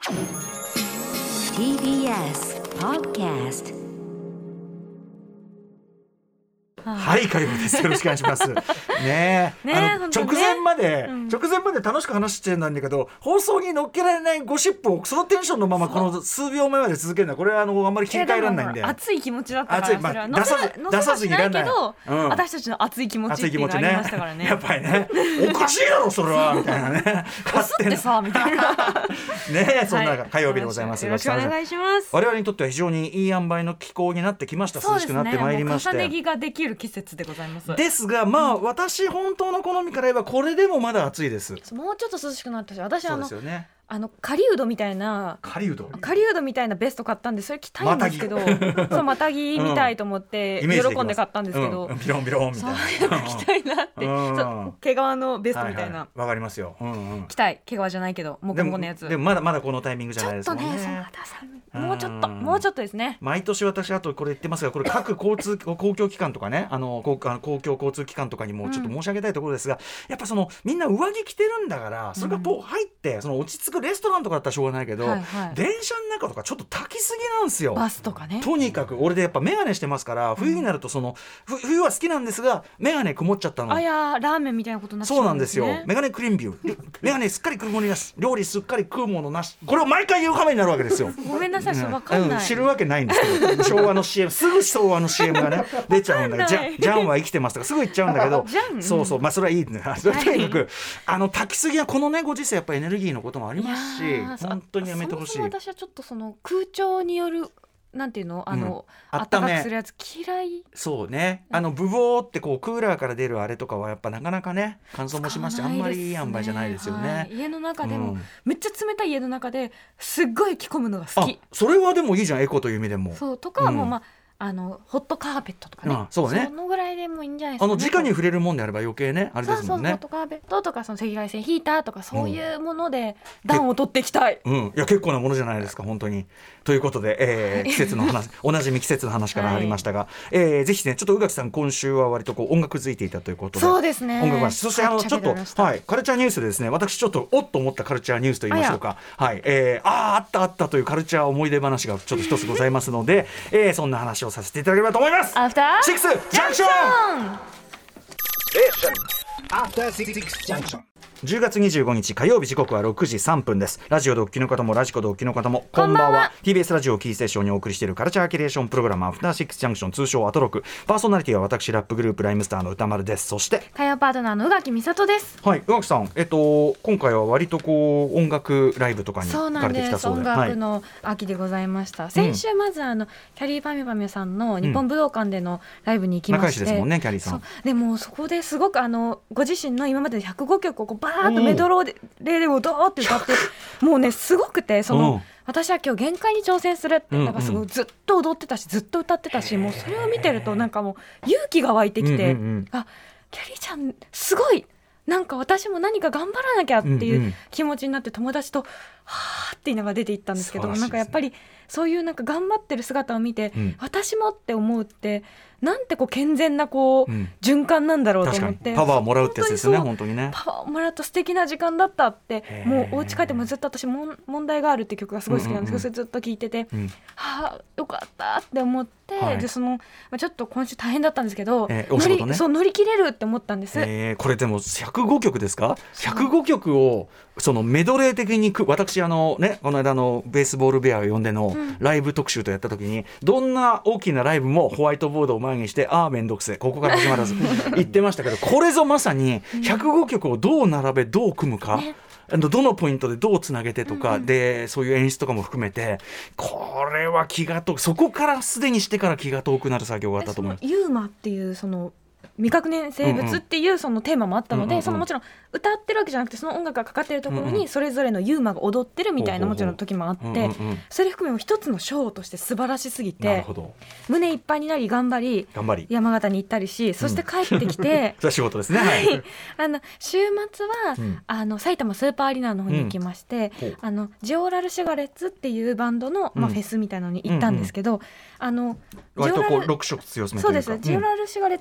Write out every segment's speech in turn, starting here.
TBS Podcast。 はい、火曜日です。よろしくお願いしますね。直前まで楽しく話してるんだけど、放送に乗っけられないゴシップをそのテンションのままこの数秒前まで続けるのはこれはあんまり切り替えられないんで、 熱い気持ちだったから、それは出さずにいらないけど、 私たちの熱い気持ちっていうのがありましたからね。 やっぱりね、おかしいだろそれはみたいなね、 押すってさみたいなね、そんな火曜日でございます。 よろしくお願いします。 我々にとっては非常にいい塩梅の気候になってきました。涼しくなってまいりまして、 重ね着ができる季節でございます。 ですが、私本当の好みから言えばこれでもまだ暑いです。 もうちょっと涼しくなったし、私そうですよね、 狩人みたいなベスト買ったんで、それ着たいんですけど、そうまたぎみたいと思って喜んで買ったんですけど、 ビロンビロンみたいな、 着たいなって、毛皮のベストみたいな、 わかりますよ、 着たい。毛皮じゃないけどモコモコのやつ。 でもまだこのタイミングじゃないですもんね。 もうちょっとですね。 毎年私あとこれ言ってますが、これ各公共機関とかね、公共交通機関とかにもちょっと申し上げたいところですが、やっぱみんな上着着てるんだから、それが入って落ち着くレストランとかだったらしょうがないけど、電車の中とかちょっと炊きすぎなんですよ。 バスとかね。 とにかく俺でやっぱメガネしてますから、冬になると冬は好きなんですが、メガネ曇っちゃったの。 ラーメンみたいなことになってしまうんですね。 そうなんですよ。メガネクリーンビュー、メガネすっかり曇りなし、料理すっかり食うものなし、これを毎回言う羽目になるわけですよ。 ごめんなさい、分かんない、 知るわけないんですけど、昭和の CM すぐ昭和の CM がね出ちゃうんだけど、ジャンは生きてますとかすぐ言っちゃうんだけどそう、それはいいんだよ。とにかく炊きすぎはこのねご時世やっぱりエネルギーのこともありますし、本当にやめてほしい。 そもそも私はちょっと空調によるなんていうの、暖かくするやつ嫌い。 そうね、ブボーってクーラーから出るあれとかはやっぱなかなかね乾燥もしますし、あんまりいい塩梅じゃないですよね。 家の中でも、めっちゃ冷たい家の中ですっごい着込むのが好き。 それはでもいいじゃん、エコという意味でも。 そうとか、もうホットカーペットとかね、 そうね、 そのぐらいでもいいんじゃないですかね。 直に触れるもんであれば余計ねあれですもんね。 ホットカーペットとか赤外線ヒーターとかそういうもので暖を取っていきたい。 いや結構なものじゃないですか本当に。ということで、季節の話おなじみ季節の話からありましたが、ぜひねちょっと宇垣さん今週は割と音楽づいていたということで。 そうですね、 音楽話、そしてちょっと、カルチャーニュースでですね、私ちょっとおっと思ったカルチャーニュースといいましょうか、あったというカルチャー思い出話がちょっと一つございますので、そんな話をさせていただければと思います。 アフターシックスジャンクション。10月25日火曜日、時刻は6時3分です。ラジオでお聞きの方もラジコでお聞きの方もこんばんは。 TBS ラジオキーステーションにお送りしているカルチャーキュレーションプログラムアフターシックスジャンクション、通称アトロク。パーソナリティは私ラップグループライムスターの歌丸です。そして火曜パートナーの宇垣美里です。 はい、宇垣さん、今回は割と音楽ライブとかに行かれてきたそうで。 音楽の秋でございました。先週まずキャリーパミュパミュさんの日本武道館でのライブに行きまして、 仲良しですもんねキャリーさん。 でもそこですごくご自身の今まで105曲をバーッとメドローでもドーって歌って、もうねすごくて、私は今日限界に挑戦するって、なんかすごいずっと踊ってたしずっと歌ってたし、もうそれを見てるとなんかもう勇気が湧いてきて、キャリーちゃんすごい、なんか私も何か頑張らなきゃっていう気持ちになって、友達とはーって言いながら出て行ったんですけど、なんかやっぱりそういうなんか頑張ってる姿を見て、私もって思うってなんて健全な循環なんだろうと思って、 パワーをもらうってやつですね。本当にね、 パワーをもらうと素敵な時間だったって。もうお家帰ってもずっと私問題があるって曲がすごい好きなんですけど、それずっと聴いてて、よかったって思って、でちょっと今週大変だったんですけど、乗り切れるって思ったんです。 これでも105曲ですか。105曲をメドレー的に私この間のベースボールベアを呼んでのライブ特集とやった時に、どんな大きなライブもホワイトボードを前にして、めんどくせえここから始まらず言ってましたけど、これぞまさに105曲をどう並べどう組むか、どのポイントでどうつなげてとか、でそういう演出とかも含めて、これは気が遠く、そこからすでにしてから気が遠くなる作業があったと思います。 ユーマっていう未確認生物っていうそのテーマもあったので、もちろん歌ってるわけじゃなくて、その音楽がかかってるところにそれぞれのユーマが踊ってるみたいなもちろん時もあって、それ含めも一つのショーとして素晴らしすぎて、胸いっぱいになり頑張り山形に行ったりし、そして帰ってきてそれは仕事ですね。 週末は埼玉スーパーアリーナの方に行きまして、ジオラルシガレッツっていうバンドのフェスみたいなのに行ったんですけど、 割と6色強めというか。 そうです、ジオラルシガレッツも好きなん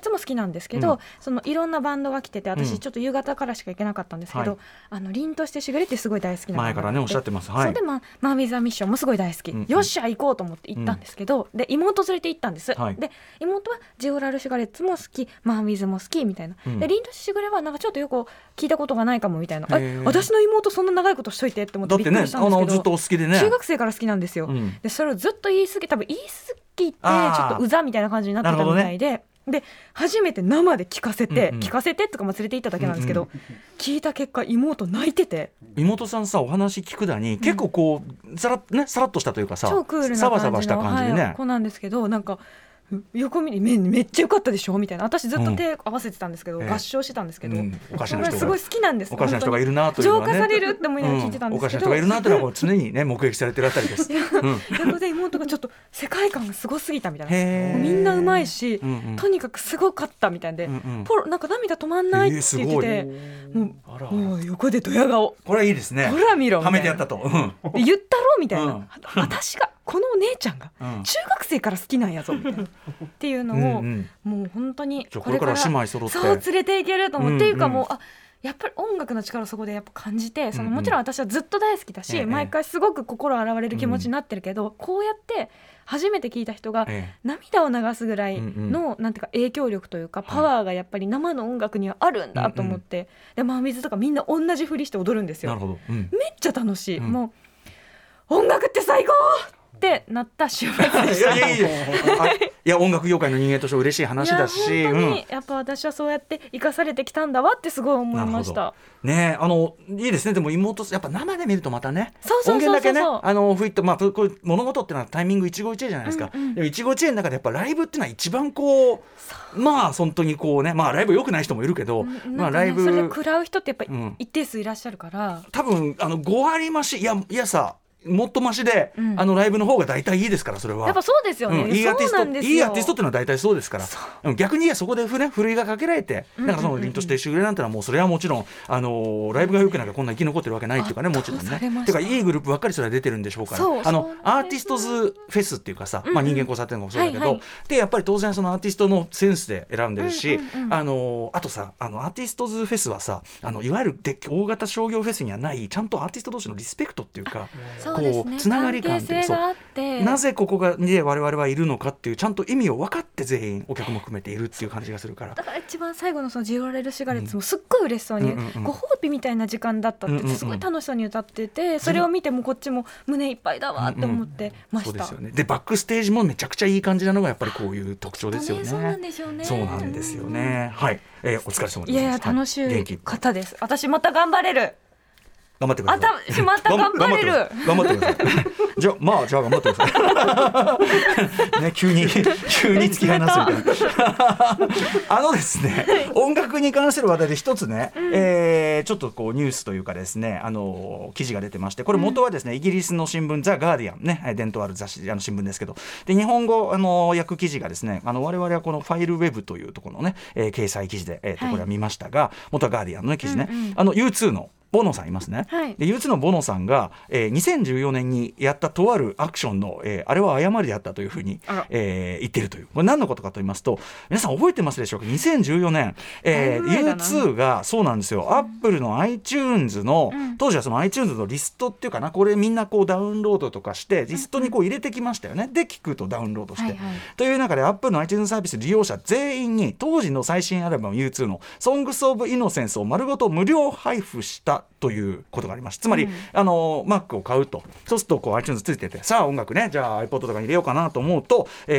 んですけど、 うん、 そのいろんなバンドが来てて、私ちょっと夕方からしか行けなかったんですけど、凛としてしぐれってすごい大好きなバンドがあって、 前からねおっしゃってます。はい、 それでマーミーザミッションもすごい大好き、よっしゃ行こうと思って行ったんですけど、で妹連れて行ったんです、で妹はジオラルシガレッツも好き、マーミーズも好きみたいな、で凛としてしぐれはなんかちょっとよく聞いたことがないかもみたいな、私の妹そんな長いことしといてって思ってびっくりしたんですけど、 ずっとお好きでね、 中学生から好きなんですよ、でそれをずっと言い過ぎてちょっとうざみたいな感じになってたみたいで、で初めて生で聞かせてとかも連れて行っただけなんですけど、聞いた結果妹泣いてて、 妹さんさお話聞くだに結構こうさらっとしたというかさ、 超クールなサバサバした感じでね、 子なんですけど、なんか横見にめっちゃ良かったでしょみたいな、私ずっと手合わせてたんですけど、合唱してたんですけど、 おかしな人がすごい好きなんです。 おかしな人がいるなというのはね、 浄化されるって思いながら聞いてたんですけど、 おかしな人がいるなというのは常にね目撃されてるあたりです。 横で妹がちょっと世界観がすごすぎたみたいな、みんなうまいし、とにかくすごかったみたいで、ポロなんか涙止まんないって言ってて、もう横でドヤ顔、 これはいいですね、 ほら見ろはめてやったと、 言ったろみたいな、私がこのお姉ちゃんが中学生から好きなんやぞみたいなっていうのを、もう本当にこれから姉妹揃ってそう連れていけると思って、いうかもうやっぱり音楽の力をそこでやっぱ感じて、もちろん私はずっと大好きだし、毎回すごく心洗われる気持ちになってるけど、こうやって初めて聞いた人が涙を流すぐらいのなんていうか影響力というかパワーがやっぱり生の音楽にはあるんだと思って、で真水とかみんな同じ振りして踊るんですよ。 なるほど、 めっちゃ楽しい、もう音楽って最高ってなった週末でした。 いや音楽業界の人間として嬉しい話だし、 本当にやっぱ私はそうやって生かされてきたんだわってすごい思いました。 ね、いいですね。でも妹やっぱ生で見るとまたね、 音源だけねふいっと、こういう物事ってのはタイミング一期一会じゃないですか、でも一期一会の中でやっぱライブってのは一番こう本当にこうね、ライブ良くない人もいるけど、ライブそれで食らう人ってやっぱり一定数いらっしゃるから、 多分5割増しいやさもっとマシで、ライブの方が大体いいですから、それはやっぱそうですよね、 いいアーティスト、 いいアーティストっていうのは大体そうですから、逆にそこでふるいがかけられて、なんかその凛としてしぐれなんてのはもうそれはもちろんライブが良くなきゃこんな生き残ってるわけないっていうかね、もちろんね、てかいいグループばっかりそれは出てるんでしょうから、アーティストズフェスっていうかさ、人間交差点もそうだけど、でやっぱり当然そのアーティストのセンスで選んでるし、あとさアーティストズフェスはさいわゆる大型商業フェスにはないちゃんとアーティスト同士のリスペクトっていうか、こうつながり感ってなぜここに我々はいるのかっていうちゃんと意味を分かって全員お客も含めているっていう感じがするから、 だから一番最後のそのジオラルシガレッツもすっごい嬉しそうに、ご褒美みたいな時間だったってすごい楽しそうに歌ってて、それを見てもこっちも胸いっぱいだわって思ってました。 そうですよね。でバックステージもめちゃくちゃいい感じなのがやっぱりこういう特徴ですよね。 そうなんですよね。 そうなんですよね。はい、お疲れ様です。 いや楽しい方です。私また頑張れる。 頑張ってください。 また頑張れる。 頑張ってください。じゃあ頑張ってください。ね、急に突き放すみたいな。ですね、音楽に関する話題で一つね、ちょっとこうニュースというかですね、記事が出てまして、これ元はですね、イギリスの新聞ザ・ガーディアンね、伝統ある雑誌新聞ですけど、で日本語訳記事がですね、我々はこのファイルウェブというところのね、掲載記事でこれは見ましたが、元はガーディアンの記事ね、U2 のボノさんいますね、で U2 のボノさんが、2014年にやったとあるアクションの、あれは誤りであったというふうに、言っているという、これ何のことかと言いますと、皆さん覚えてますでしょうか。2014年、U2 がそうなんですよ、アップルの iTunes の、当時はその iTunes のリストっていうかな、これみんなこうダウンロードとかしてリストにこう入れてきましたよね。で聞くとダウンロードして、という中でアップルの iTunes サービス利用者全員に当時の最新アルバム U2 の Songs of Innocence を丸ごと無料配布したということがあります。つまり、Mac を買うと、そうするとこう iTunes ついてて、さあ音楽ね、じゃあ iPod とかに入れようかなと思うと、その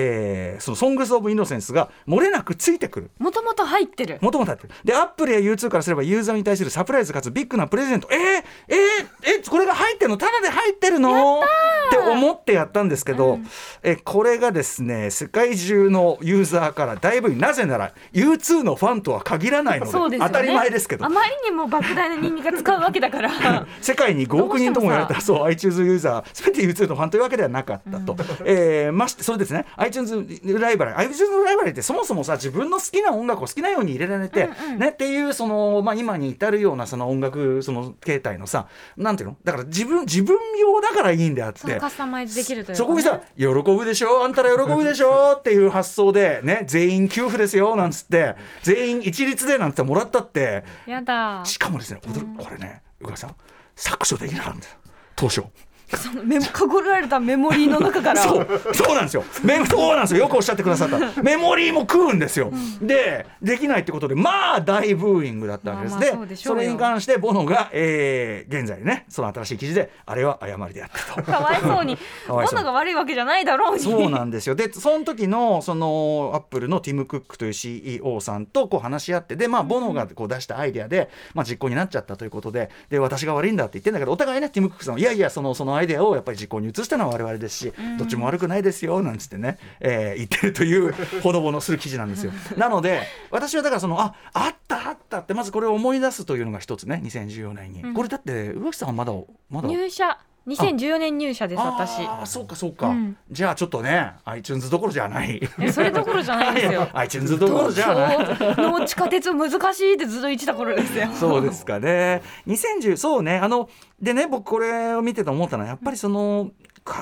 Songs of Innocence が漏れなくついてくる。 もともと入ってる。 で Apple や U2 からすればユーザーに対するサプライズかつビッグなプレゼント、これが入ってるの、タダで入ってるのって思ってやったんですけど、これがですね、世界中のユーザーからだいぶ、なぜなら U2 のファンとは限らないの で、当たり前ですけど、 あまりにも莫大な人間が使うわけだから世界に5億人とも言われたそう iTunes ユーザー全て U2 のファンというわけではなかったと、ましてそれですね、 iTunes ライブラリってそもそもさ、自分の好きな音楽を好きなように入れられて、ねっていうその、今に至るようなその音楽その形態のさ、なんていうのだから自分用だからいいんであって、 カスタマイズできるというか、ね、 そこにさ喜ぶでしょあんたら喜ぶでしょっていう発想でね全員給付ですよなんつって全員一律でなんてもらったってやだ。 しかもですねこれね宇賀さん削除できなかったんですよ当初。 その限られたメモリーの中からそうなんですよそうなんですよよくおっしゃってくださったメモリーも食うんですよ、できないってことでまあ大ブーイングだったわけです、でそれに関してボノが、現在ねその新しい記事であれは誤りであったとかわいそうにボノが悪いわけじゃないだろうに。 そうなんですよ。でその時のそのアップルのティム・クックという CEO さんとこう話し合ってで、まあ、ボノがこう出したアイデアで、まあ、実行になっちゃったということで私が悪いんだって言ってんだけどお互いねティム・クックさんはいやいやそのアイデアをやっぱり実行に移したのは我々ですし、どっちも悪くないですよなんつってね、言ってるというほのぼのする記事なんですよ。なので私はだからあったってまずこれを思い出すというのが一つね2014年に、これだって宇垣さんはまだ入社2014年入社です私。 そうか、じゃあちょっとね iTunes どころじゃないそれどころじゃないですよ iTunes どころじゃないの地下鉄難しいってずっと言ってた頃ですよ。 そうですかね2010そうねでね僕これを見てて思ったのはやっぱりこの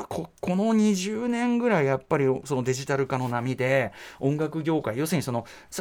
20年ぐらいやっぱりそのデジタル化の波で音楽業界要するに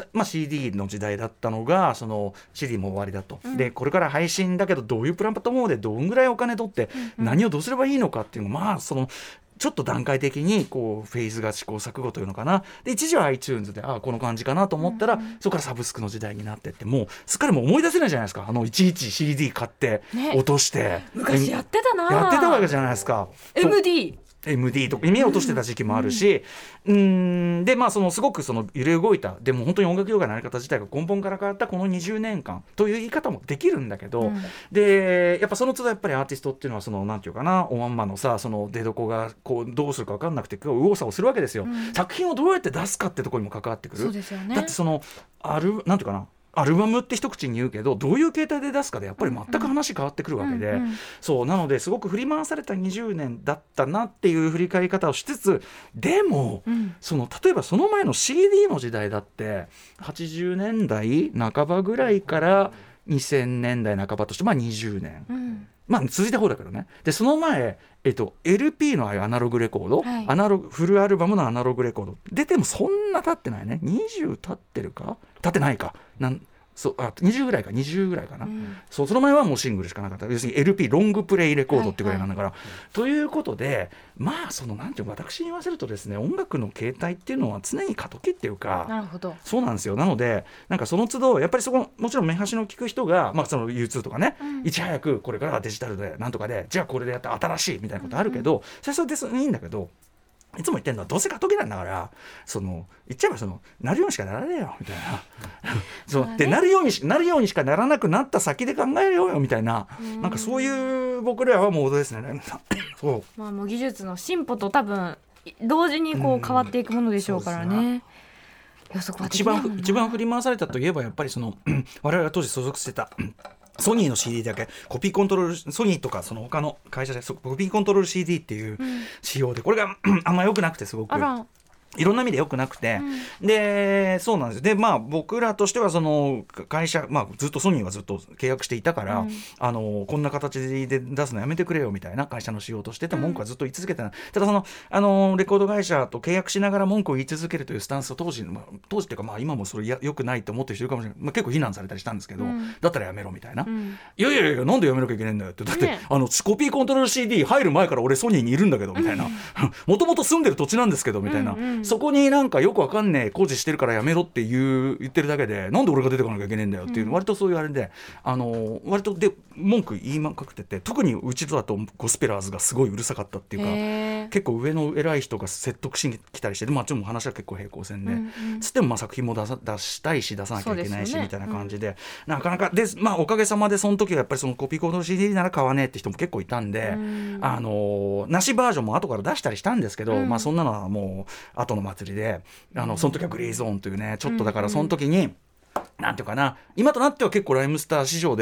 CD の時代だったのがCD も終わりだと、でこれから配信だけどどういうプラットフォームでどんぐらいお金取って何をどうすればいいのかっていうのまあちょっと段階的にこうフェーズが試行錯誤というのかなで一時は iTunes でこの感じかなと思ったら、そこからサブスクの時代になってってもうすっかりもう思い出せないじゃないですかいちいち CD 買って落として、 昔やってたなやってたわけじゃないですか。MD とか耳を落としてた時期もあるし、でまあすごく揺れ動いたでも本当に音楽業界のやり方自体が根本から変わったこの20年間という言い方もできるんだけど、でやっぱその都度やっぱりアーティストっていうのはなんていうかなおまんまのさ出所がこうどうするか分かんなくて右往左往するわけですよ、作品をどうやって出すかってところにも関わってくる。 そうですよね。 だってなんていうかなアルバムって一口に言うけどどういう形態で出すかでやっぱり全く話変わってくるわけで、そうなのですごく振り回された20年だったなっていう振り返り方をしつつでも、例えばその前の CD の時代だって80年代半ばぐらいから2000年代半ばとして20年、まあ続いた方だけどね。でその前、LP のアナログレコード、フルアルバムのアナログレコード出てもそんな経ってないね。20経ってるか経ってないか20ぐらいかな、その前はもうシングルしかなかった。要するに LP ロングプレイレコードってぐらいなんだから、ということでまあなんていう私に言わせるとですね音楽の形態っていうのは常に過渡期っていうか。 なるほど。 そうなんですよ。なのでなんかその都度やっぱりもちろん目端の聞く人がU2 とかね、いち早くこれからはデジタルでなんとかでじゃあこれでやったら新しいみたいなことあるけど、それでいいんだけどいつも言ってるのはどうせ過渡期なんだから言っちゃえばなるようにしかならねえよみたいなでなるようにしかならなくなった先で考えようよみたいな、なんかそういう僕らはモードですねそう、 もう技術の進歩と多分同時に変わっていくものでしょうからね。 一番振り回されたといえばやっぱり我々が当時所属してたソニーの CD だけコピーコントロールソニーとか他の会社でコピーコントロール CD っていう仕様で、これがあんま良くなくてすごくいろんな意味で良くなくて、でそうなんです。でまあ僕らとしては会社、ずっとソニーはずっと契約していたから、こんな形で出すのやめてくれよみたいな会社の仕様としてて文句はずっと言い続けてない、ただレコード会社と契約しながら文句を言い続けるというスタンスを当時っていうか今もそれ良くないと思ってる人いるかもしれない、結構非難されたりしたんですけど、だったらやめろみたいな、いやなんでやめなきゃいけないんだよって、だって、コピーコントロール CD 入る前から俺ソニーにいるんだけどみたいなもともと住んでる土地なんですけどみたいな、そこになんかよくわかんねえ工事してるからやめろって言ってるだけでなんで俺が出てこなきゃいけねえんだよっていう、割とそういうあれで割とで文句言いまくってて、特にうちだとゴスペラーズがすごいうるさかったっていうか、結構上の偉い人が説得しに来たりして、ちょっと話は結構平行線で、つっても作品も出したいし出さなきゃいけないし、みたいな感じで、なかなかでおかげさまでその時はやっぱりコピーコントロール CD なら買わねえって人も結構いたんで、なしバージョンも後から出したりしたんですけど、そんなのはもう後の祭りで、その時はグレーゾーンというねちょっとだからその時になんていうかな、今となっては結構ライムスター市場でも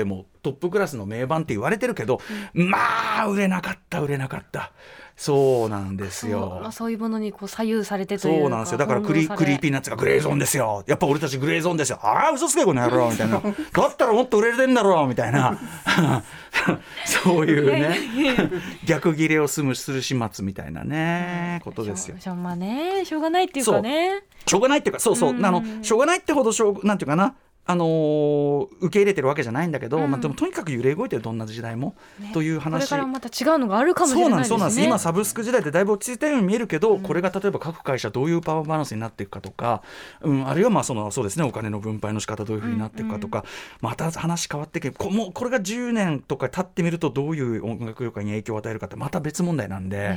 トップクラスの名盤って言われてるけど、まあ売れなかったそうなんですよ。 そういうものにこう左右されてというか、 そうなんですよ。だからクリーピーナッツがグレーゾーンですよ、やっぱ俺たちグレーゾーンですよ、ああ嘘つけこの野郎みたいなだったらもっと売れてんだろうみたいなそういうね逆ギレをする始末みたいなねことですよ。 まあね、しょうがないっていうかね、 しょうがないっていうか、そう、しょうがないってほどなんていうかな、受け入れてるわけじゃないんだけど、でもとにかく揺れ動いてるどんな時代も、という話。 これからまた違うのがあるかもしれないですね。 そうなんです。今サブスク時代でだいぶ落ち着いたように見えるけど、これが例えば各会社どういうパワーバランスになっていくかとか、あるいはそうですね、お金の分配の仕方どういうふうになっていくかとか、また話変わっていく。もうこれが10年とか経ってみるとどういう音楽業界に影響を与えるかってまた別問題なんで、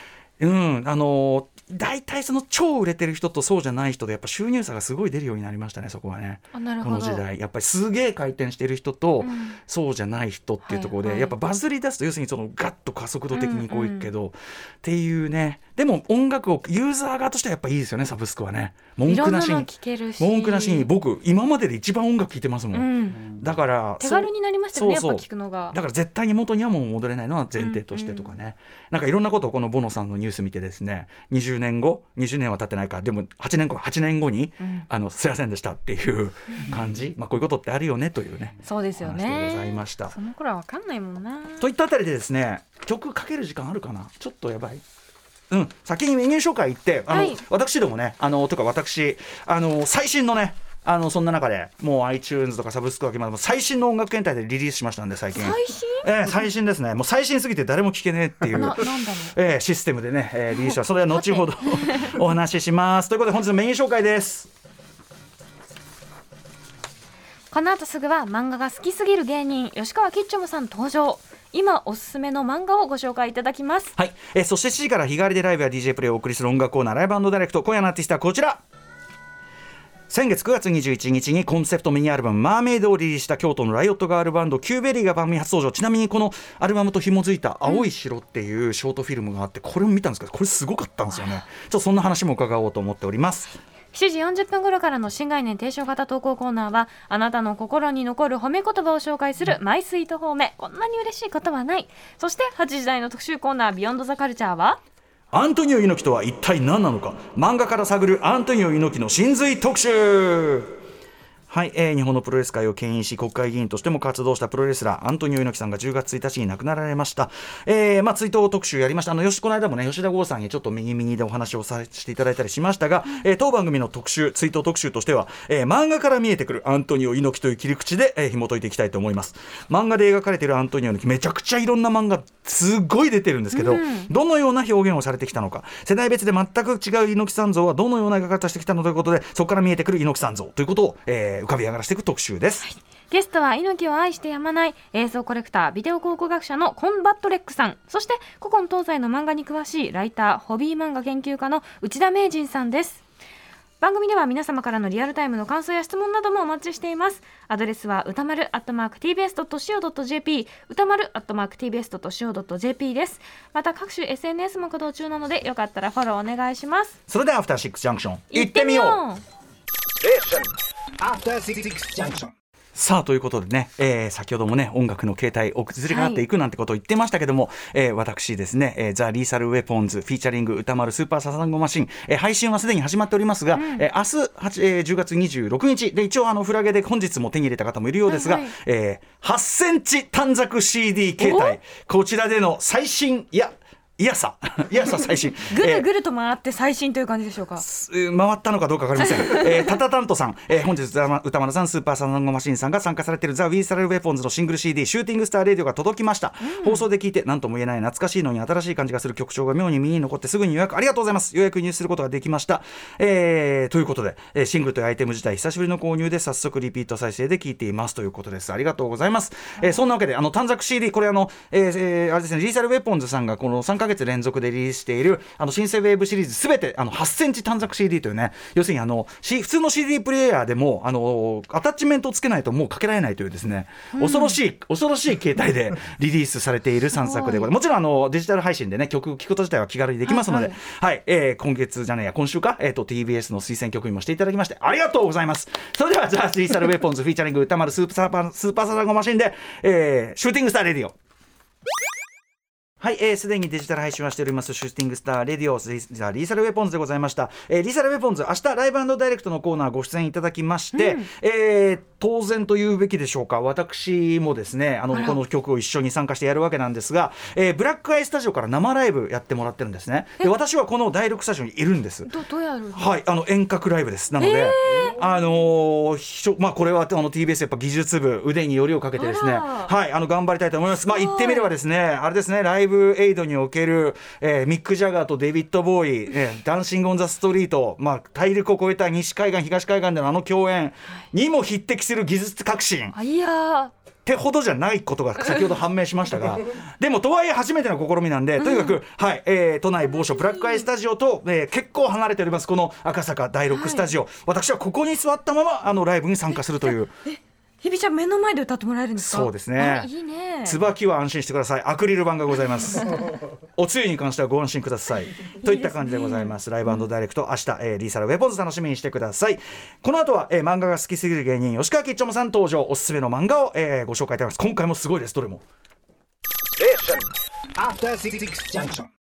大体その超売れてる人とそうじゃない人でやっぱ収入差がすごい出るようになりましたね、そこはね。この時代やっぱりすげえ回転してる人と、そうじゃない人っていうところで、やっぱバズり出すと要するにそのガッと加速度的にこういくけど、っていうね。でも音楽をユーザー側としてはやっぱいいですよね、サブスクはね。文句なしに僕今までで一番音楽聴いてますもん、だから手軽になりましたよね、やっぱ聴くのが。 だから絶対に元にはもう戻れないのは前提としてとかね、なんかいろんなことをこのボノさんのニュース見てですね、20年は経ってないか、でも8年後に、すいませんでしたっていう感じ、こういうことってあるよねというね、 そうですよね、 話でございました。 その頃は分かんないもんなといったあたりでですね、曲かける時間あるかな、ちょっとやばい。先にメニュー紹介行って、私どもね、とか私最新のね、そんな中でもう iTunes とかサブスクは決まって最新の音楽検体でリリースしましたんで、最近最新ですね。もう最新すぎて誰も聴けねえっていうシステムでね、リリースはそれは後ほどお話ししますということで、本日のメニュー紹介です。 この後すぐは漫画が好きすぎる芸人吉川キッチョムさん登場。今おすすめの漫画をご紹介いただきます。 はい、そして7時から日替わりでライブや DJ プレイをお送りする音楽コーナー、ライブ&ダイレクト。今夜のアーティストはこちら。先月9月21日にコンセプトミニアルバムマーメイドをリリースした京都のライオットガールバンドキューベリーが番組初登場。ちなみにこのアルバムと紐づいた青い城っていうショートフィルムがあって、これも見たんですけど、これすごかったんですよね。ちょっとそんな話も伺おうと思っております。 7時40分頃からの新概念提唱型投稿コーナーは、あなたの心に残る褒め言葉を紹介するマイスイート褒め、こんなに嬉しいことはない。そして8時台の特集コーナービヨンドザカルチャーは、 アントニオ猪木とは一体何なのか、漫画から探るアントニオ猪木の真髄特集。はい、日本のプロレス界を牽引し国会議員としても活動したプロレスラーアントニオ猪木さんが10月1日に亡くなられました。追悼特集やりました。この間もね、吉田剛さんにちょっと右でお話をさせていただいたりしましたが、当番組の追悼特集としては、漫画から見えてくるアントニオ猪木という切り口で、紐解いていきたいと思います。漫画で描かれているアントニオ猪木、めちゃくちゃいろんな漫画すごい出てるんですけど、どのような表現をされてきたのか、世代別で全く違う猪木さん像はどのような描か方してきたのということで、そこから見えてくる猪木さん像ということを、浮かび上がらせていく特集です。 ゲストは猪木を愛してやまない映像コレクター、ビデオ考古学者のコンバットレックさん、そして古今東西の漫画に詳しいライター、ホビー漫画研究家の内田名人さんです。番組では皆様からのリアルタイムの感想や質問などもお待ちしています。アドレスは歌丸@tbs.co.jp、 歌丸@tbs.co.jp です。また各種 SNS も稼働中なので、よかったらフォローお願いします。 それではアフターシックスジャンクション行ってみよう。さあということでね、先ほどもね、音楽の形態移り変わっていくなんてことを言ってましたけども、私ですね、ザ・リーサル・ウェポンズフィーチャリング歌丸スーパーササンゴマシン、配信はすでに始まっておりますが、明日10月26日で、一応フラゲで本日も手に入れた方もいるようですが、8センチ短冊 CD 形態、こちらでの最新いやさ最新ぐるぐると回って最新という感じでしょうか。 回ったのかどうか分かりません。タタタントさん、本日歌丸さん、スーパーサナンゴマシンさんが参加されているザ・ウィーサル・ウェポンズのシングル CD シューティングスター・レディオが届きました。放送で聞いて何とも言えない懐かしいのに新しい感じがする曲調が妙に耳に残って、すぐに予約ありがとうございます。予約入手することができました。ということで、シングルというアイテム自体久しぶりの購入で、早速リピート再生で聞いていますということです。ありがとうございます。そんなわけで短冊 CD、これあれですね、リーサル・ウェポンズさんがこの参加ヶ月連続でリリースしている新生ウェーブシリーズすべて8センチ短冊 CD というね、要するに普通の CD プレイヤーでもアタッチメントをつけないともうかけられないというですね、恐ろしい形態でリリースされている3作で、もちろんデジタル配信でね曲聴くこと自体は気軽にできますので、今週か、TBS の推薦曲にもしていただきましてありがとうございます。それではじゃあリーサルウェポンズフィーチャリング歌丸スーパーサラゴマシンで、シューティングスターレディオ。はい、すでにデジタル配信はしておりますシューティングスターレディオリーサルウェポンズでございました。リーサルウェポンズ明日ライブ&ダイレクトのコーナーご出演いただきまして、当然と言うべきでしょうか、私もですねこの曲を一緒に参加してやるわけなんですが、ブラックアイスタジオから生ライブやってもらってるんですね。で私はこの第6スタジオにいるんです。 どうやるの？ はい、遠隔ライブです。なので、これはTBS やっぱ技術部腕によりをかけてですね、はい、頑張りたいと思います。言ってみればですね、あれですね、ライブエイドにおける、ミック・ジャガーとデビッド・ボーイ、ダンシング・オン・ザ・ストリート、大陸を越えた西海岸東海岸での共演にも匹敵する技術革新ってほどじゃないことが先ほど判明しましたがでもとはいえ初めての試みなんで、とにかく、はい、都内某所ブラックアイスタジオと、結構離れておりますこの赤坂第6スタジオ、私はここに座ったままライブに参加するという。 日比ちゃん目の前で歌ってもらえるんですか？ そうですね。 いいね。 椿は安心してください。アクリル板がございますおつゆに関してはご安心くださいといった感じでございます。ライブ&ダイレクト明日、リーサルウェポンズ楽しみにしてください。この後は、漫画が好きすぎる芸人吉川きっちょもさん登場。おすすめの漫画を、ご紹介いただきます。今回もすごいです。どれも